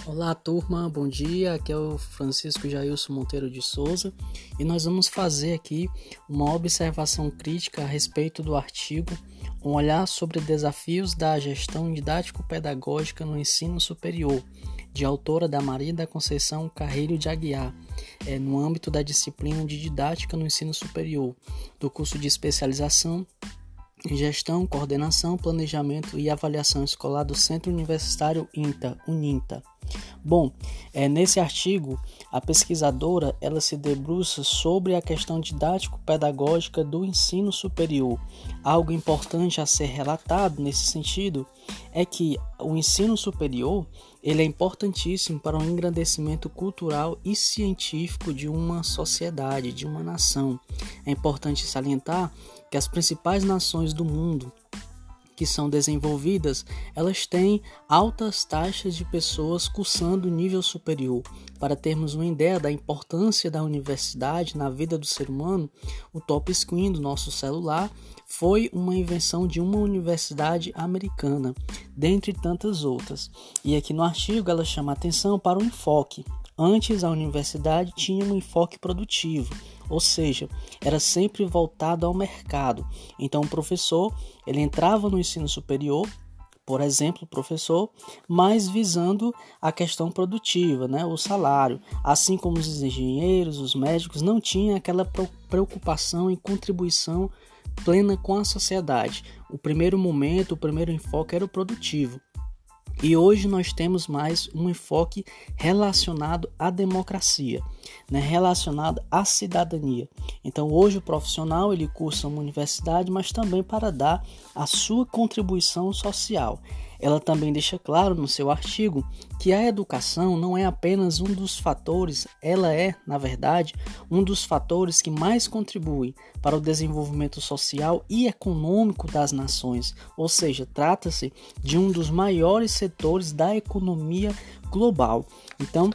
Olá, turma, bom dia. Aqui é o Francisco Jailson Monteiro de Souza e nós vamos fazer aqui uma observação crítica a respeito do artigo Um olhar sobre desafios da gestão didático-pedagógica no ensino superior, de autora da Maria da Conceição Carreiro de Aguiar, no âmbito da disciplina de Didática no Ensino Superior, do curso de especialização em Gestão, Coordenação, Planejamento e Avaliação Escolar do Centro Universitário Uninta. Bom, nesse artigo, a pesquisadora ela se debruça sobre a questão didático-pedagógica do ensino superior. Algo importante a ser relatado nesse sentido é que o ensino superior ele é importantíssimo para o engrandecimento cultural e científico de uma sociedade, de uma nação. É importante salientar que as principais nações do mundo que são desenvolvidas, elas têm altas taxas de pessoas cursando nível superior. Para termos uma ideia da importância da universidade na vida do ser humano, o top screen do nosso celular foi uma invenção de uma universidade americana, dentre tantas outras. E aqui no artigo ela chama a atenção para o enfoque. Antes, a universidade tinha um enfoque produtivo, ou seja, era sempre voltado ao mercado. Então, o professor ele entrava no ensino superior, por exemplo, professor, mas visando a questão produtiva, o salário. Assim como os engenheiros, os médicos, não tinham aquela preocupação em contribuição plena com a sociedade. O primeiro momento, o primeiro enfoque era o produtivo. E hoje nós temos mais um enfoque relacionado à democracia, relacionado à cidadania. Então hoje o profissional ele cursa uma universidade, mas também para dar a sua contribuição social. Ela também deixa claro no seu artigo que a educação não é apenas um dos fatores, ela é, na verdade, um dos fatores que mais contribui para o desenvolvimento social e econômico das nações, ou seja, trata-se de um dos maiores setores da economia global. Então,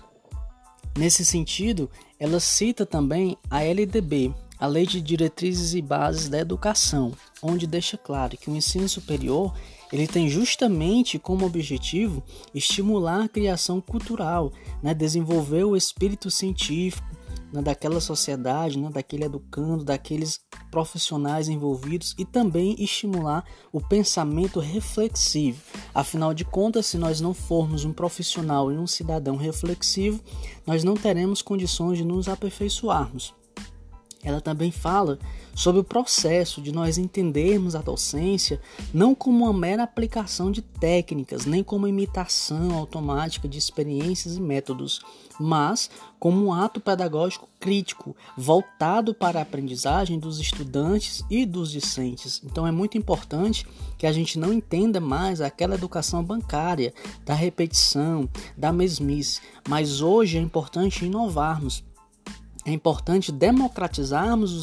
nesse sentido, ela cita também a LDB, a Lei de Diretrizes e Bases da Educação, onde deixa claro que o ensino superior ele tem justamente como objetivo estimular a criação cultural, desenvolver o espírito científico daquela sociedade, daquele educando, daqueles profissionais envolvidos e também estimular o pensamento reflexivo. Afinal de contas, se nós não formos um profissional e um cidadão reflexivo, nós não teremos condições de nos aperfeiçoarmos. Ela também fala sobre o processo de nós entendermos a docência não como uma mera aplicação de técnicas, nem como imitação automática de experiências e métodos, mas como um ato pedagógico crítico, voltado para a aprendizagem dos estudantes e dos discentes. Então é muito importante que a gente não entenda mais aquela educação bancária, da repetição, da mesmice, mas hoje é importante inovarmos. É importante democratizarmos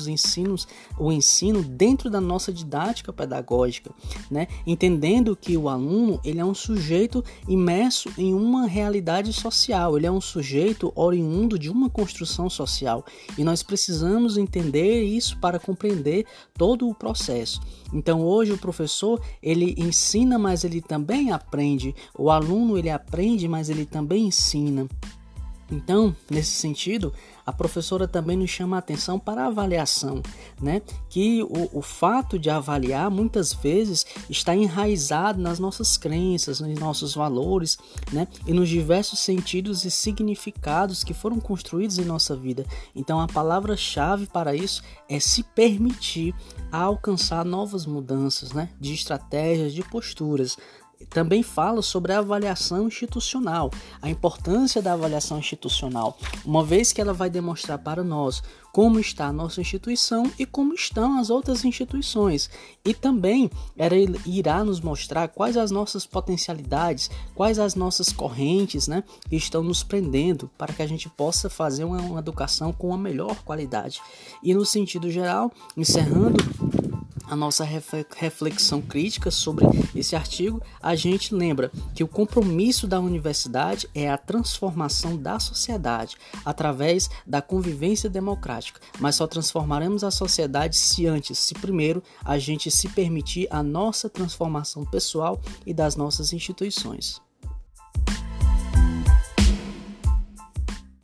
o ensino dentro da nossa didática pedagógica, entendendo que o aluno ele é um sujeito imerso em uma realidade social, ele é um sujeito oriundo de uma construção social e nós precisamos entender isso para compreender todo o processo. Então hoje o professor ele ensina, mas ele também aprende, o aluno ele aprende, mas ele também ensina. Então, nesse sentido, a professora também nos chama a atenção para a avaliação, que o fato de avaliar muitas vezes está enraizado nas nossas crenças, nos nossos valores, e nos diversos sentidos e significados que foram construídos em nossa vida. Então, a palavra-chave para isso é se permitir a alcançar novas mudanças, de estratégias, de posturas. Também fala sobre a avaliação institucional, a importância da avaliação institucional, uma vez que ela vai demonstrar para nós como está a nossa instituição e como estão as outras instituições. E também ela irá nos mostrar quais as nossas potencialidades, quais as nossas correntes que estão nos prendendo para que a gente possa fazer uma educação com a melhor qualidade. E no sentido geral, encerrando a nossa reflexão crítica sobre esse artigo, a gente lembra que o compromisso da universidade é a transformação da sociedade através da convivência democrática, mas só transformaremos a sociedade se primeiro a gente se permitir a nossa transformação pessoal e das nossas instituições.